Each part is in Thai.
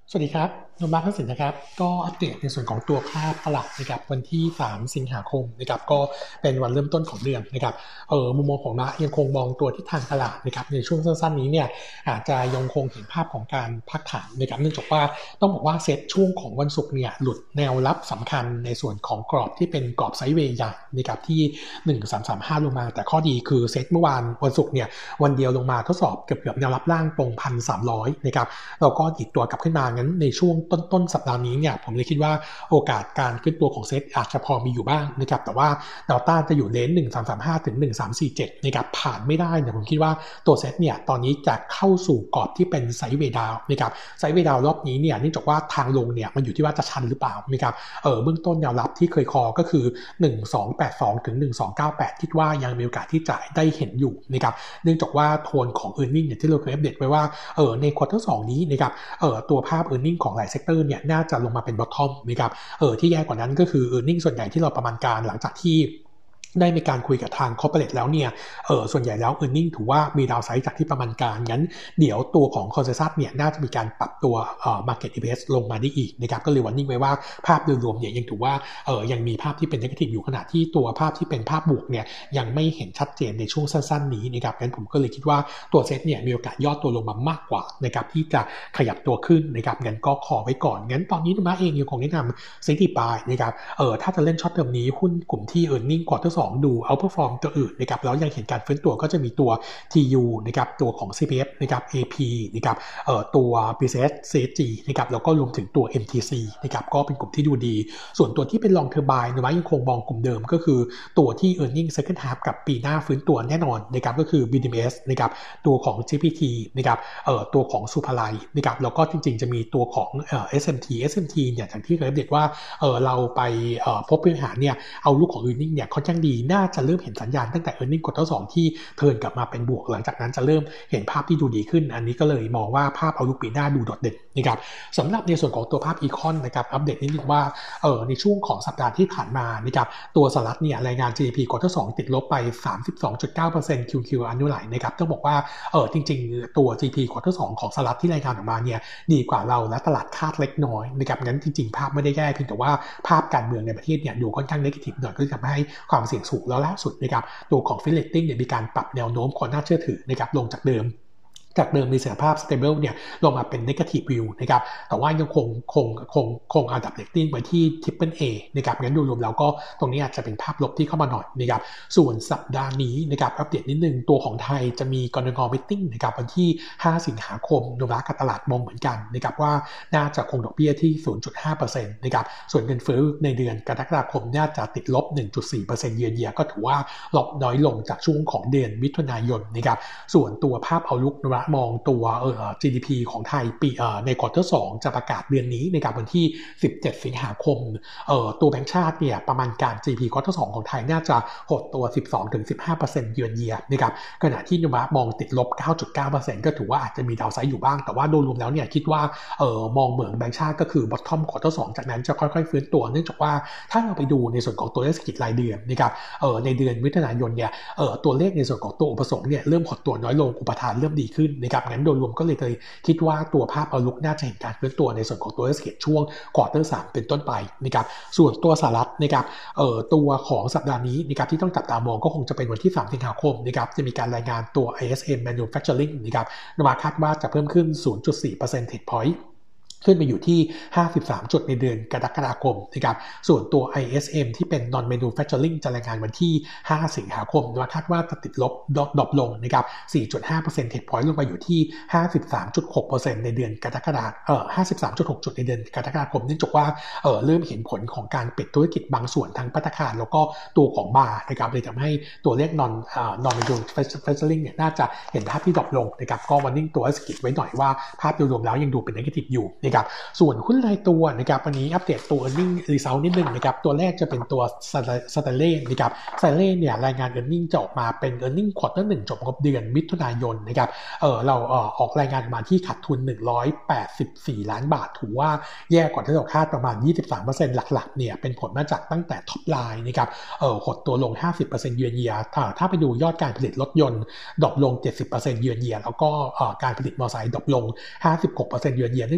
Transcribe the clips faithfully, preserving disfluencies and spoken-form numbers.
สวัสดีครับนนท์มาร์คสินนะครับก็อัปเดตในส่วนของตัวภาพตลาดนะครับวันที่สามสิงหาคมนะครับก็เป็นวันเริ่มต้นของเดือนนะครับเออมุมมองของมาร์คยังคงมองตัวที่ทางตลาดนะครับในช่วงสั้นๆนี้เนี่ยอาจจะยังคงเห็นภาพของการพักฐานนะครับเนื่องจากว่าต้องบอกว่าเซตช่วงของวันศุกร์เนี่ยหลุดแนวรับสำคัญในส่วนของกรอบที่เป็นกรอบไซด์เวย์ใหญ่นะครับที่หนึ่งพันสามร้อยสามสิบห้าลงมาแต่ข้อดีคือเซตเมื่อวานวันศุกร์เนี่ยวันเดียวลงมาทดสอบเกือบๆแนวรับล่างตรง หนึ่งพันสามร้อย นะครับเราก็ดิดตัวกลับขึ้นมางั้นในช่วงต้นต้นสัปดาห์นี้เนี่ยผมเลยคิดว่าโอกาสการขึ้นตัวของเซตอาจจะพอมีอยู่บ้างนะครับแต่ว่าแนวต้านจะอยู่เลนหนึ่งพันสามร้อยสามสิบห้าถึงหนึ่งพันสามร้อยสี่สิบเจ็ดนะครับผ่านไม่ได้เนี่ยผมคิดว่าตัวเซตเนี่ยตอนนี้จะเข้าสู่กรอบที่เป็นไซด์เวย์ดาวนะครับไซด์เวย์ดาวรอบนี้เนี่ยเนื่องจากว่าทางลงเนี่ยมันอยู่ที่ว่าจะชันหรือเปล่านะครับเออเบื้องต้นแนวรับที่เคยคอก็คือหนึ่งพันสองร้อยแปดสิบสองถึงหนึ่งพันสองร้อยเก้าสิบแปดคิดว่ายังมีโอกาสที่จะได้เห็นอยู่นะครับเนื่องจากว่าโทนของ earning เนี่ยที่เราเคยอัปเดตไว้ว่าเออในควอเตอร์สองนี้นะครับเออตัวภาพ earning ของหลายเซกเตอร์เนี่ยน่าจะลงมาเป็น bottom นะครับเออที่แย่กว่านั้นก็คือ earning ส่วนใหญ่ที่เราประมาณการหลังจากที่ได้มีการคุยกับทาง corporate แล้วเนี่ยเออส่วนใหญ่แล้ว earning ถือว่ามีดาวไซด์จากที่ประมาณการงั้นเดี๋ยวตัวของ consensus เนี่ยน่าจะมีการปรับตัวเอ่อ market อี พี เอส ลงมาได้อีกนะครับก็เลยวันนิ่งไว้ว่าภาพโดยรวมเนี่ยยังถือว่าเออยังมีภาพที่เป็น negative อยู่ขณะที่ตัวภาพที่เป็นภาพบวกเนี่ยยังไม่เห็นชัดเจนในช่วงสั้นๆนี้นะครับงั้นผมก็เลยคิดว่าตัวเซตเนี่ยมีโอกาสย่อตัวลงมามากกว่านะครับที่จะขยับตัวขึ้นนะครับงั้นก็ขอไว้ก่อนงั้นตอนนี้นะมาเองยังคงแนะนำ City Buy นะครับเออถ้าจะเล่นช็อตเทอมนี้หุ้นกลุ่มที่ earning quarter สองดู outperform ตัวอื่นนะครับแล้วยังเห็นการฟื้นตัวก็จะมีตัว ที ยู นะครับตัวของ ซี พี เอฟ นะครับ เอ พี นะครับเอ่อตัว บี ซี เอส ซี เอส จี นะครับแล้วก็รวมถึงตัว เอ็ม ที ซี นะครับก็เป็นกลุ่มที่ดูดีส่วนตัวที่เป็น long term buy นะว่ายังคงมองกลุ่มเดิมก็คือตัวที่ earning second half กับปีหน้าฟื้นตัวแน่นอนนะครับก็คือ บี ดี เอ็ม เอส นะครับตัวของ จี พี ที นะครับเอ่อตัวของสุภาลัยนะครับแล้วก็จริงๆจะมีตัวของเอ่อ เอส เอ็ม ที เอส เอ็ม ที เนี่ยอย่างที่เคยอัปเดตว่าเออเราไปเอ่อพบผู้บริหารเนี่ยเอาลูกของ earning เนี่ยค่อนข้างดีน่าจะเริ่มเห็นสัญญาณตั้งแต่ earning กดทั้งสองที่เทิร์นกลับมาเป็นบวกหลังจากนั้นจะเริ่มเห็นภาพที่ดูดีขึ้นอันนี้ก็เลยมองว่าภาพเอาลูกปีหน้าดูโดดเด่นนะครับสำหรับในส่วนของตัวภาพอีคอนนะครับอัปเดตนิดนึงว่าเออในช่วงของสัปดาห์ที่ผ่านมานะครับตัวสหรัฐเนี่ยรายงาน จี ดี พี ควอเตอร์สองติดลบไป สามสิบสองจุดเก้าเปอร์เซ็นต์ คิว คิว annualized นะครับต้องบอกว่าเออจริงๆตัว จี ดี พี ควอเตอร์สองของสหรัฐที่รายงานออกมาเนี่ยดีกว่าเราและตลาดคาดเล็กน้อยนะครับงั้นจริงๆภาพไม่ได้แย่เพียงแต่ว่าภาพการเมืองในประเทศเนี่ยดูค่อนข้าง negative หน่อยก็ทำให้ความเสี่ยงสูงแล้วล่าสุดนะครับตัวของ Fitch Rating เนี่ยมีการปรับแนวโน้มความน่าเชื่อถือนะครับลงจากเดิมจากเดิมมีเสถียรภาพ stable เนี่ยลงมาเป็น negative view นะครับแต่ว่ายังคงคงคงคงอันดับ rating ไว้ที่ triple A นะครับงั้นดูรวมแล้วก็ตรงนี้อาจจะเป็นภาพลบที่เข้ามาหน่อยนะครับส่วนสัปดาห์นี้นะครับอัปเดตนิดนึงตัวของไทยจะมีกรงง meeting นะครับวันที่ห้าสิงหาคมดูรักกับตลาดมองเหมือนกันนะครับว่าน่าจะคงดอกเบี้ยที่ ศูนย์จุดห้าเปอร์เซ็นต์ นะครับส่วนเงินเฟ้อในเดือนกรกฎาคมน่าจะติดลบ หนึ่งจุดสี่เปอร์เซ็นต์ เยียร์เยียก็ถือว่าลบน้อยลงจากช่วงของเดือนมิถุนายนนะครับส่วนตัวภาพเอาลุกนะมองตัวเอ่อ จี ดี พี ของไทยปีเอ่อในควอเตอร์สองจะประกาศเดือนนี้ในการวันที่สิบเจ็ดสิงหาคมเอ่อตัวแบงก์ชาติเนี่ยประมาณการ จี ดี พี ควอเตอร์สองของไทยน่าจะหดตัว สิบสองถึงสิบห้าเปอร์เซ็นต์ เยือนเยียนะครับขณะที่นุมะมองติดลบ เก้าจุดเก้าเปอร์เซ็นต์ ก็ถือว่าอาจจะมีดาวไซด์อยู่บ้างแต่ว่าโดยรวมแล้วเนี่ยคิดว่าเอ่อมองเหมือนแบงก์ชาติก็คือบอททอมควอเตอร์สองจากนั้นจะค่อยๆฟื้นตัวเนื่องจากว่าถ้าเราไปดูในส่วนของตัวเลขเศรษฐกิจรายเดือนนะครับเอ่อในเดือนมิถุนายนเนี่ยเอ่อตัวเลขในส่วนของตัวอุปสงค์เนี่ยเริ่มหดตัวน้อยลงอุปทานเริ่มดีขึ้นนะครับงั้นโดยรวมก็เลยเลยคิดว่าตัวภาพเอาลุกน่าจะเห็นการฟื้นตัวในส่วนของตัวเลขเศรษฐกิจช่วงควอเตอร์สามเป็นต้นไปนะครับส่วนตัวสหรัฐนะครับเอ่อตัวของสัปดาห์นี้นะครับที่ต้องจับตามองก็คงจะเป็นวันที่สามสิงหาคมนะครับจะมีการรายงานตัว ไอ เอส เอ็ม Manufacturing นะครับมาคาดว่าจะเพิ่มขึ้น ศูนย์จุดสี่เปอร์เซ็นต์ Percentage Pointขึ้นไปอยู่ที่ห้าสิบสามจุดในเดือนกรกฎาคมนะครับส่วนตัว ไอ เอส เอ็ม ที่เป็น non manufacturing จะรายงานวันที่ห้าสิงหาคมโดยคาดว่าจะติดลบดรอปลงนะครับ สี่จุดห้าเปอร์เซ็นต์ Percentage Point ลงไปอยู่ที่ ห้าสิบสามจุดหกเปอร์เซ็นต์ ในเดือนกรกฎาคมเอ่อ ห้าสิบสามจุดหก จุดในเดือนกรกฎาคมเนื่องจากว่าเอ่อเริ่มเห็นผลของการปิดธุรกิจบางส่วนทั้งภัตตาคารแล้วก็ตัวของบาร์นะครับเลยทำให้ตัวเลข non เอ่อ non manufacturing เนี่ยน่าจะเห็นภาพที่ดรอปลงนะครับก็วันนิ่งตัวสกิดไว้หน่อยว่าภาพโดยรวมแล้วยังดูเป็น negative อยู่นะครับส่วนหุ้นรายตัวนะครับวันนี้อัปเดตตัว earning result นิดนึงนะครับตัวแรกจะเป็นตัว Stanley นะครับ Stanley เนี่ยรายงาน earning จะออกมาเป็น earning quarter หนึ่งจบงบเดือนมิถุนายนนะครับเออเราเอ่อออกรายงานมาที่ขาดทุนหนึ่งร้อยแปดสิบสี่ล้านบาทถือว่าแย่กว่าที่เราคาดประมาณ ยี่สิบสามเปอร์เซ็นต์ หลักๆเนี่ยเป็นผลมาจากตั้งแต่ท็อปไลน์นะครับเออหดตัวลง ห้าสิบเปอร์เซ็นต์ เยือนเยียถ้าถ้าไปดูยอดการผลิตรถยนต์ดรอปลง เจ็ดสิบเปอร์เซ็นต์ เยือนเยียแล้วก็เอ่อการผลิตมอเตอร์ไซค์ดรอปลง ห้าสิบหกเปอร์เซ็นต์ เยือนเยียเนื่องจากว่า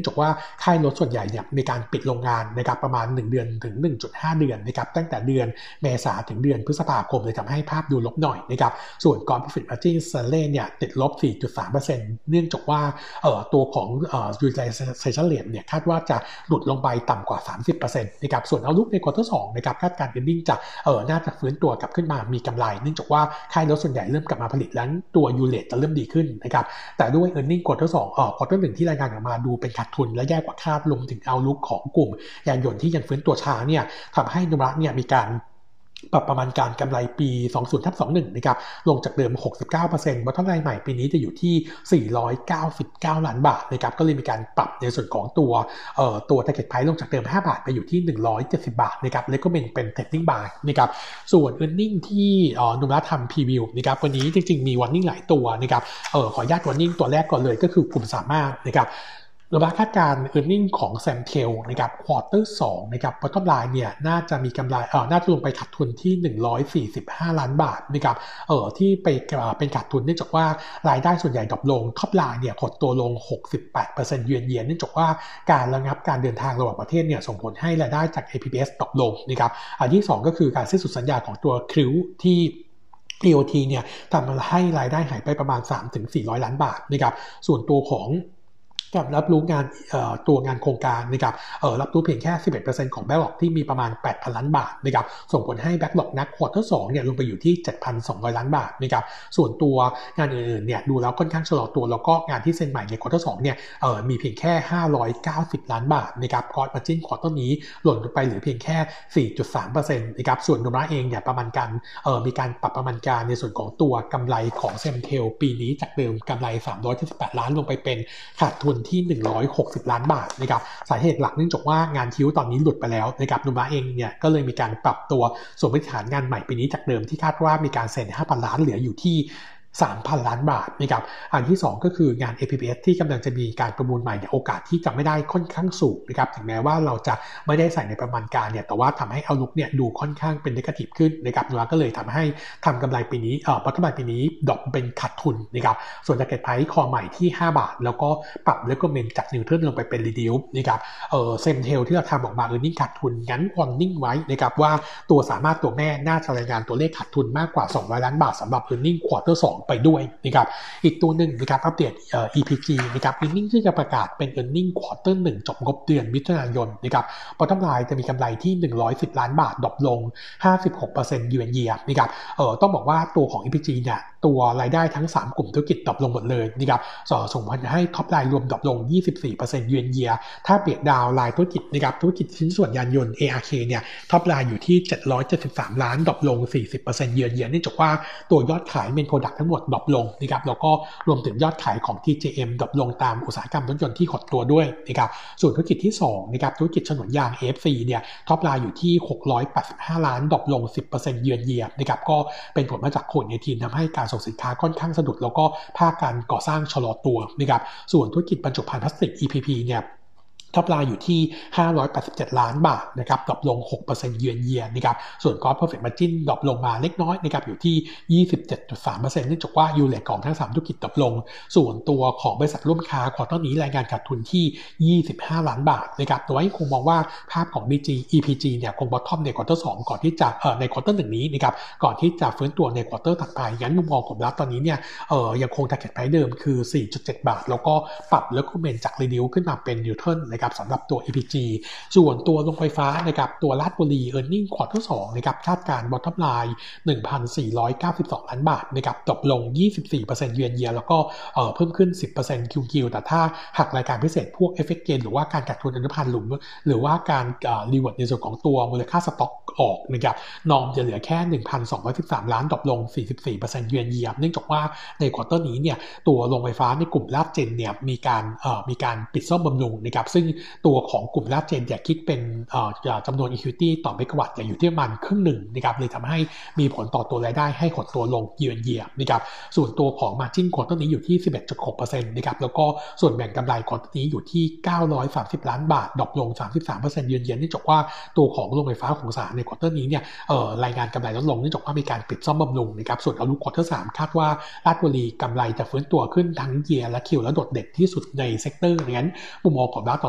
ค่ายรถส่วนใหญ่เนี่ยมีการปิดโรงงานนะครับประมาณหนึ่งเดือนถึง หนึ่งจุดห้า เดือนนะครับตั้งแต่เดือนเมษาถึงเดือนพฤษภาคมเลยทำให้ภาพดูลบหน่อยนะครับส่วน Gross Profit Margin เซเลนเนี่ยติดลบ สี่จุดสามเปอร์เซ็นต์ เนื่องจากว่าเอ่อตัวของเอ่อ Utilization Rate เนี่ยคาดว่าจะหลุดลงไปต่ำกว่า สามสิบเปอร์เซ็นต์ นะครับส่วนเอาลุกในควอเตอร์สองนะครับคาดการณ์ earning จะเอ่อน่าจะฟื้นตัวกลับขึ้นมามีกำไรเนื่องจากว่าค่ายรถส่วนใหญ่เริ่มกลับมาผลิตแล้วตัว ยู เอล อี จะเริ่มดีขึ้นนะครับแต่ด้วย earning ควอเตอร์สองเอ่อควอเตอร์หนึ่งที่รายงานออกมาดูเป็นขาดทุนและแย่กว่าคาดรวมถึงเอาลุกของกลุ่มยานยนต์ที่ยังฟื้นตัวช้าเนี่ยทำให้โนมุระเนี่ยมีการปรับประมาณการกำไรปี สองสิบทับยี่สิบเอ็ด นะครับลงจากเดิม หกสิบเก้าเปอร์เซ็นต์ bottom line ใหม่ปีนี้จะอยู่ที่ สี่ร้อยเก้าสิบเก้า ล้านบาทนะครับก็เลยมีการปรับในส่วนของตัวเอ่อตัว target price ลงจากเดิม ห้า บาทไปอยู่ที่ หนึ่งร้อยเจ็ดสิบ บาทนะครับแล้วก็เป็นเป็น trading buy นะครับส่วน earning ที่เอ่อโนมุระทำ preview นะครับวันนี้จริงๆมี warning หลายตัวนะครับเอ่อขออนุญาต warning ตัวแรกก่อนเลยก็คือกลุ่มสามารถนะครับโนมุระคาดการณ์ earning ของ Samtel นะครับ quarter สองนะครับ bottom line เนี่ยน่าจะมีกำไรเอ่อน่าจะลงไปขาดทุนที่หนึ่งร้อยสี่สิบห้าล้านบาทนะครับเอ่อที่ไปเอ่อเป็นขาดทุนเนื่องจากว่ารายได้ส่วนใหญ่ดรอปลง top line เนี่ยหดตัวลง หกสิบแปดเปอร์เซ็นต์ เยือนเยียเนื่องจากว่าการระงับการเดินทางระหว่างประเทศเนี่ยส่งผลให้รายได้จาก เอ พี พี เอส ดรอปลงนะครับอันที่สองก็คือการสิ้นสุดสัญญาของตัว Cruise ที่ อี โอ ที เนี่ยทำให้รายได้หายไปประมาณ สามถึงสี่ร้อย ล้านบาทนะครับส่วนตัวของกับรับรู้งานตัวงานโครงการนะครับรับรู้เพียงแค่ สิบเอ็ดเปอร์เซ็นต์ ของแบ็คล็อกที่มีประมาณ แปดพัน ล้านบาทนะครับส่งผลให้แบ็คล็อกนักควอเตอร์สองเนี่ยลงไปอยู่ที่ เจ็ดพันสองร้อย ล้านบาทนะครับส่วนตัวงานอื่นๆเนี่ยดูแล้วค่อนข้างชะลอตัวแล้วก็งานที่เซ็นใหม่ในควอเตอร์สองเนี่ยมีเพียงแค่ห้าร้อยเก้าสิบล้านบาทนะครับกอสมาร์จิ้นควอเตอร์นี้หล่นลงไปเหลือเพียงแค่ สี่จุดสามเปอร์เซ็นต์ นะครับส่วนโนมุระเองเนี่ยประมาณการมีการปรับประมาณการในส่วนของตัวกำไรของเซมเทลปีนี้จากเดิมกำไรสามร้อยเจ็ดสิบแปดล้านลงไปเป็นขาดทุนที่หนึ่งร้อยหกสิบล้านบาทนะครับสาเหตุหลักเนื่องจากว่างานคิวตอนนี้หลุดไปแล้วนะครับโนมุระเองเนี่ยก็เลยมีการปรับตัวสมมติฐานงานใหม่ปีนี้จากเดิมที่คาดว่ามีการเซ็น ห้าพัน ล้านเหลืออยู่ที่สามพัน ล้านบาทนะครับอันที่สองก็คืองาน เอ พี พี เอส ที่กำลังจะมีการประมูลใหม่เนี่ยโอกาสที่จะไม่ได้ค่อนข้างสูงนะครับถึงแม้ว่าเราจะไม่ได้ใส่ในประมาณการเนี่ยแต่ว่าทำให้เอาลุกเนี่ยดูค่อนข้างเป็นเนกาทีฟขึ้นนะครับโนมุระก็เลยทำให้ทำกำไรปีนี้เอ่อปัจจุบันปีนี้ดรอปเป็นขาดทุนนะครับส่วน target price คอใหม่ที่ห้าบาทแล้วก็ปรับแล้วก็เมนจากนิวเทิลลงไปเป็น reduce นะครับเอ่อเซมเทลที่เราทำออกมา earning ขาดทุนงั้น warning ไว้นะครับว่าตัวสามารถตัวแม่น่าจะรายงานตัวเลขขาดทุนมากกว่าสองร้อยล้านบาทสำหรับ earning quarter สองไปด้วยนะครับอีกตัวหนึ่งนะครับอัปเดตเอ่อ อี พี จี นะครับ earning ที่จะประกาศเป็น earning quarter หนึ่งจบงบเดือนมิถุนายนนะครับ bottom line จะมีกำไรที่หนึ่งร้อยสิบล้านบาทดรอปลง ห้าสิบหกเปอร์เซ็นต์ year on year นะครับเอ่อต้องบอกว่าตัวของ อี พี จี เนี่ยตัวรายได้ทั้งสามกลุ่มธุรกิจดรอปลงหมดเลยนะครับส่งผลให้ top line รวมดรอปลง ยี่สิบสี่เปอร์เซ็นต์ year on year ถ้าเปรียบดาวรายธุรกิจนะครับธุรกิจชิ้นส่วนยานยนต์ เอ อาร์ เค เนี่ย top line อยู่ที่เจ็ดร้อยเจ็ดสิบสามล้านดรอปลง สี่สิบเปอร์เซ็นต์ year on year เนื่องจากว่าตัวยอดขายเป็นโปรดักต์ทั้งหมดดรอปลงนะครับแล้วก็รวมถึงยอดขายของ ที เจ เอ็ม ดรอปลงตามอุตสาหกรรมรถยนต์ที่หดตัวด้วยนะครับส่วนธุรกิจที่สองนะครับธุรกิจฉนวนยาง เอ เอฟ ซี เนี่ยท็อปไลน์อยู่ที่หกร้อยแปดสิบห้าล้านดรอปลง สิบเปอร์เซ็นต์ เยือนเยียนะครับก็เป็นผลมาจากโควิด สิบเก้า ทำให้การส่งสินค้าค่อนข้างสะดุดแล้วก็ภาคการก่อสร้างชะลอตัวนะครับส่วนธุรกิจบรรจุภัณฑ์พลาสติก อี พี พี เนี่ยท็อปไลน์อยู่ที่ห้าร้อยแปดสิบเจ็ดล้านบาทนะครับดรอปลง หกเปอร์เซ็นต์ เยือนเยียนะครับส่วน Gross Profit Margin ดรอปลงมาเล็กน้อยนะครับอยู่ที่ ยี่สิบเจ็ดจุดสามเปอร์เซ็นต์ เนื่องจากว่ายูเลทของทั้งสามธุรกิจดรอปลงส่วนตัวของบริษัทร่วมค้าควอเตอร์นี้รายงานขาดทุนที่ยี่สิบห้าล้านบาทนะครับแต่ว่ายังคงมองว่าภาพของ บี จี อี พี จี เนี่ยคงบอททอมในควอเตอร์สองก่อนที่จะเอ่อในควอเตอร์หนึ่งนี้นะครับก่อนที่จะฟื้นตัวในควอเตอร์ถัดไปงั้นมุมมองผมแล้วตอนนี้เนี่ยเอ่อยังคง target price เดิมคือ สี่จุดเจ็ด บาทแล้วก็ปรับแล้วก็เมนจาก reduce ขึ้นมาเป็น neutral นะครับสำหรับตัว อี พี จี ส่วนตัวโรงไฟฟ้านะครับตัวลาดบุรี earning quarter สองนะครับคาดการณ์ bottom line หนึ่งพันสี่ร้อยเก้าสิบสองล้านบาทนะครับตกลง ยี่สิบสี่เปอร์เซ็นต์ year on year แล้วก็เอ่อเพิ่มขึ้น สิบเปอร์เซ็นต์ คิว คิว แต่ถ้าหักรายการพิเศษพวก effect gain หรือว่าการกักทุนอนุพันธ์หลุมหรือว่าการเอ่อ reward ในส่วนของตัวมูลค่าสต็อกออกนะครับนอมจะเหลือแค่ หนึ่งพันสองร้อยสิบสามล้านตกลง สี่สิบสี่เปอร์เซ็นต์ year on year เนื่องจากว่าในควอเตอร์นี้เนี่ยตัวโรงไฟฟ้าในกลุ่มลาดเจนเนี่ยมีการเอ่อมีการปิดซ่อมบำรุงนะครับซึ่งตัวของกลุ่มลาดเจนเนี่ยคิดเป็นเอ่อจำนวน equity ต่อเมกะวัตต์อยู่ที่ประมาณครึ่งหนึ่งนะครับเลยทำให้มีผลต่อตัวรายได้ให้หดตัวลง year on year นะครับส่วนตัวของ margin ควอเตอร์นี้อยู่ที่ สิบเอ็ดจุดหกเปอร์เซ็นต์ นะครับแล้วก็ส่วนแบ่งกำไรควอเตอร์นี้อยู่ที่เก้าร้อยสามสิบล้านบาทดรอปลง สามสิบสามเปอร์เซ็นต์ year on year เนื่องจากว่าตัวของโรงไฟฟ้าของสหรัฐในควอเตอร์นี้เนี่ยเอ่อรายงานกำไรลดลงเนื่องจากว่ามีการปิดซ่อมบำรุงนะครับส่วนเอาลุกควอเตอร์สามคาดว่าราชบุรีกำไรจะฟื้นตัวขึ้นทั้ง year และ Q และโดดเด่นที่สุดในเซกเตอร์งั้นมุมมองของเราต่อ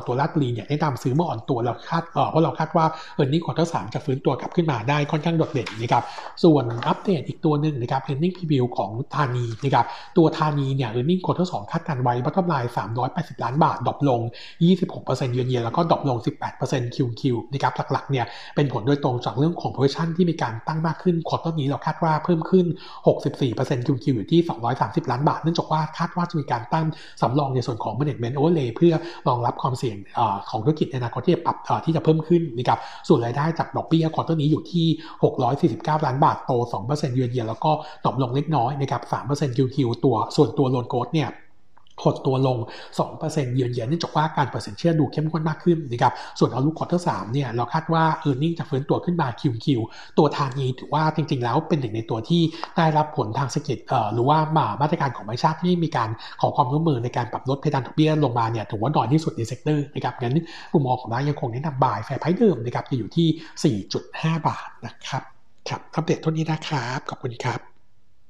ตัวลาดบุรีเนี่ยแนะนำซื้อเมื่ออ่อนตัวเราคาดเอ่อเพราะเราคาดว่า earning quarter สามจะฟื้นตัวกลับขึ้นมาได้ค่อนข้างโดดเด่นนะครับส่วนอัปเดตอีกตัวหนึ่งนะครับ earning preview ของธานีนะครับตัวธานีเนี่ย earning quarter สองคาดการไว้ bottom line สามร้อยแปดสิบล้านบาทดรอปลง ยี่สิบหกเปอร์เซ็นต์ เยือนเยียแล้วก็ดรอปลง สิบแปดเปอร์เซ็นต์ คิว คิว นะครับหลักๆเนี่ยเป็นผลโดยตรงจากเรื่องของ provision ที่มีการตั้งมากขึ้นควอเตอร์นี้เราคาดว่าเพิ่มขึ้น หกสิบสี่เปอร์เซ็นต์ คิว คิว อยู่ที่สองร้อยสามสิบล้านบาทเนื่องจากว่าคาดว่าจะมีการตั้งสำรองในส่วนของ management overlay เพื่อรองรับความเสี่ยงของธุรกิจในอนาคตที่จะปรับที่จะเพิ่มขึ้นนะครับส่วนรายได้จากดอกเบี้ยควอเตอร์นี้อยู่ที่หกร้อยสี่สิบเก้าล้านบาทโต สองเปอร์เซ็นต์ เยือนเยียแล้วก็ดรอปลงเล็กน้อยนะครับ สามเปอร์เซ็นต์ คิว คิว ตัวส่วนตัว loan growth เนี่ยหดตัวลง สองเปอร์เซ็นต์ เยือนเยียเนื่องจากว่าการเปิดสินเชื่อดูเข้มข้นมากขึ้นนะครับส่วนเอาลุกควอเตอร์สามเนี่ยเราคาดว่า earning จะฟื้นตัวขึ้นมา คิว คิว ตัวธานีถือว่าจริงๆแล้วเป็นหนึ่งในตัวที่ได้รับผลทางเศรษฐกิจเอ่อหรือว่ามาตรการของแบงก์ชาติที่มีการขอความร่วมมือในการปรับลดเพดานดอกเบี้ยลงมาเนี่ยถือว่าน้อยที่สุดในเซกเตอร์นะครับงั้นมุมมองของเรายังคงแนะนำ buy แฟร์ไพรซ์เดิมนะครับจะอยู่ที่ สี่จุดห้า บาทนะครับครับอัปเดตเท่านี้นะครับขอบคุณครับ